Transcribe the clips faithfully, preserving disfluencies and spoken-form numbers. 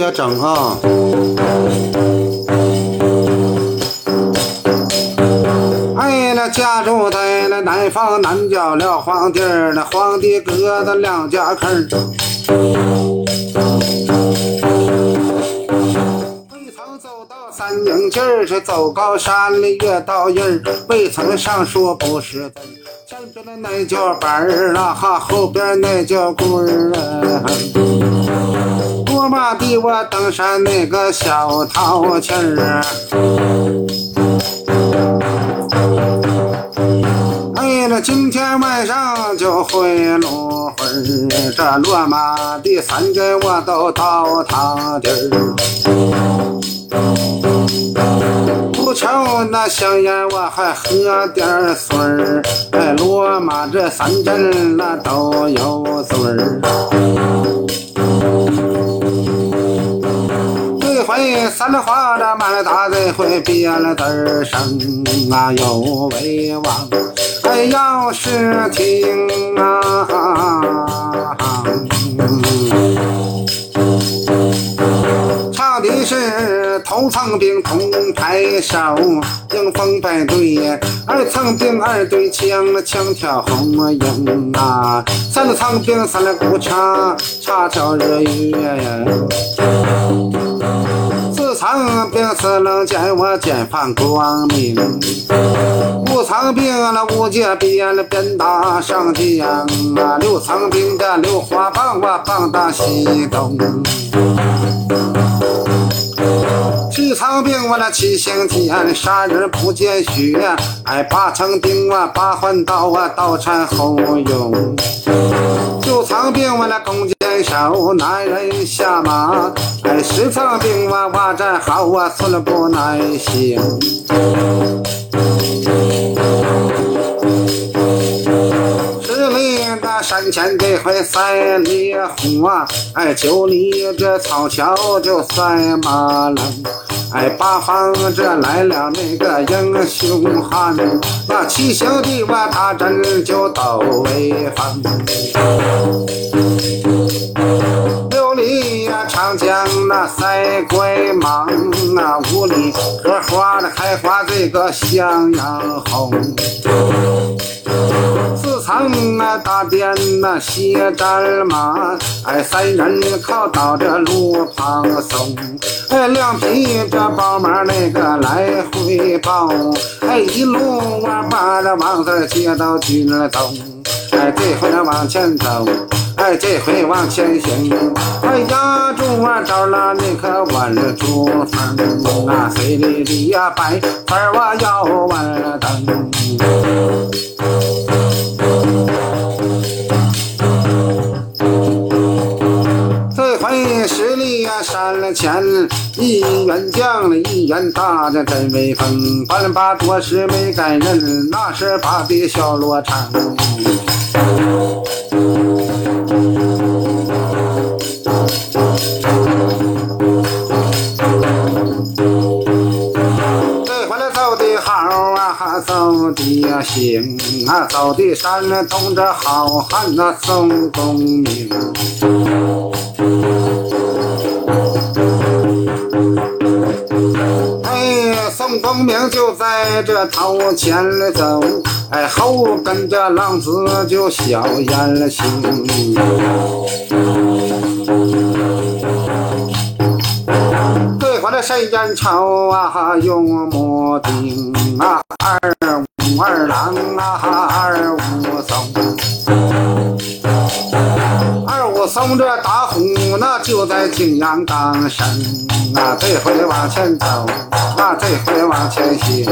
别整啊。哎，那家住在那南方南角了皇帝儿，那皇帝隔的两家坑。未曾走到三英劲儿，是走高山里越到印儿。未曾上树不是字，前边的那叫板儿了哈，后边那叫棍儿啊。过马地我登上那个小桃气儿。哎，那今天晚上就会落会儿，这落马的三根我都到他地儿。不愁那香烟我还喝点水儿，哎，落马这三针那都有嘴儿。这回三花的满大，这回别了字儿声啊，有为王。哎，要是听啊，唱的是头层兵同拍手，迎风摆队；二层兵二对枪，枪挑红缨啊；三层兵三了鼓叉，叉挑日月；四层兵四棱剑，我剑放光明；五层兵了五节鞭了鞭打上江啊；六层兵的六花棒，我棒打西东；七层兵我那七星天，杀人不见血；哎，八层兵我八环刀，我刀缠后拥；九层兵我那弓箭手，男人下马；哎，十层兵我瓦站好，我寸步难行。十里的山前这回赛烈火，哎，九里这草桥就赛马郎。哎，八方这来了那个英雄汉，那七星的我大阵就都威风。六里呀长江那赛鬼蟒啊，五里荷花的开花这个向阳红。四层啊大殿那歇战马，哎，三人靠到这路旁松。哎，两匹这宝马那个来回报，哎，一路我把这王字接到军东。哎，这回往前走，哎，这回往前行。哎，压住我找了那颗弯珠风啊，水里里呀白粉我要弯灯。这回十里呀山了前，一员将了一员大，这真威风。半把多时没赶人，那是把的小罗场。这回来走的好啊，走的行啊，走的山东这好汉那宋公明。哎，宋公明就在这头前走，哎，后跟着浪子就小燕行。对回来谁人愁啊，用木钉啊，二五二郎啊，二武松。二武松这打虎那就在景阳冈上啊，这回往前走，啊，这回往前行。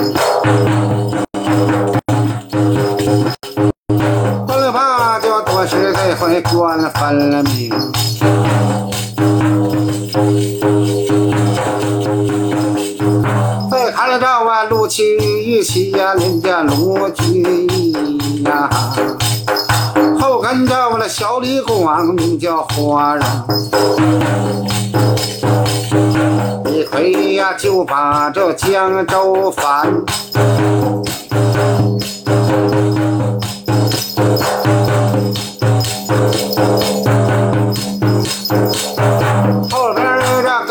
官法就多是这回官分明。再看着啊，陆七玉七呀，人家陆俊义呀，后跟着我的小李光，名叫花人。一回呀就把这江州翻，后边这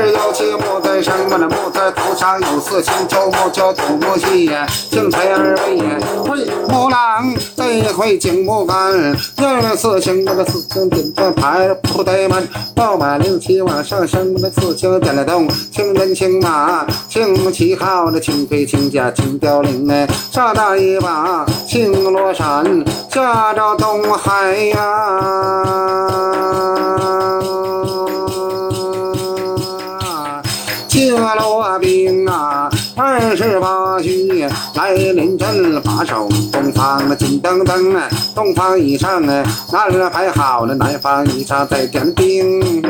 是有其木在生，我的木在头上有四星，九木叫土木系，青财二位会木郎，这回景木干，二了四星，我的四星顶着牌不怠慢，报马六七往上升，我的四星点了动，青人青马，青旗号的青盔青甲青凋零哎，上大一把青罗伞，下到东海呀、啊，接罗兵啊，二十八虚来临阵，把守东方的金灯灯啊，东方以上啊，南排好了，南方以上再点兵。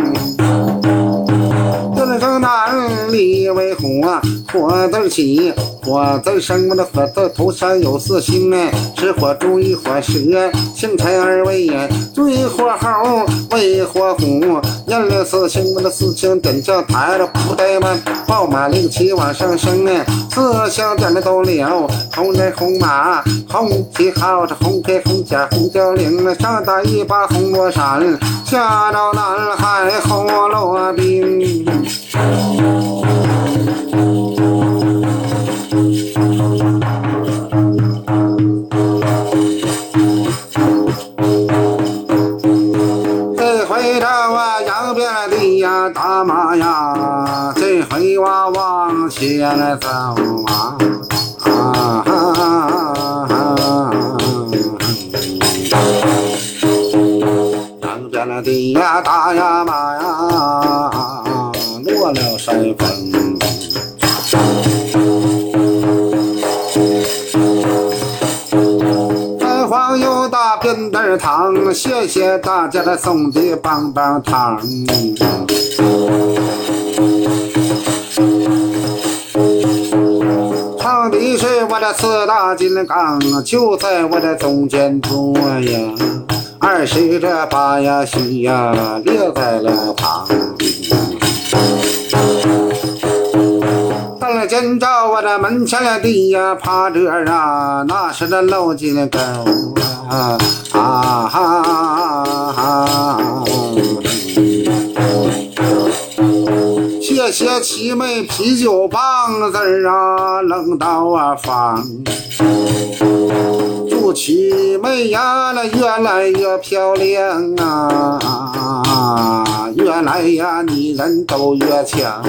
这个南里为虎啊，火字起，火字生，我的火字头上有四星哎，是火猪一火蛇，星辰二位呀，对火猴为火虎，印了四星，我的四星点叫抬了不怠慢，报马令旗往上升哎，四星点的都了，红人红马，红旗号着红盔红甲红凋零了，上打一把红罗伞，下到南海红罗兵。这回到啊扬遍了地呀大马呀，这回我往前走啊啊扬遍了地呀大呀马呀，落了山峰。开荒又大便袋糖，谢谢大家的送的棒棒糖。唱的是我的四大金刚，就在我的中间坐呀，二十这八呀须呀列在了旁。到了今朝我的门前的地呀趴着啊，那是那漏金的狗啊啊啊啊！谢谢七妹啤酒棒子啊，冷到啊房。祝七妹呀，那越来越漂亮啊，越来呀你人都越强。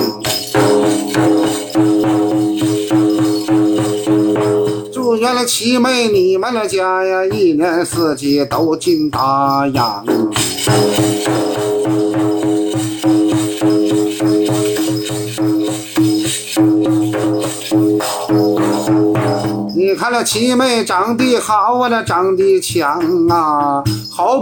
祝愿了七妹你们的家呀，一年四季都进大洋。你看了七妹长得好啊，那长得强啊，好。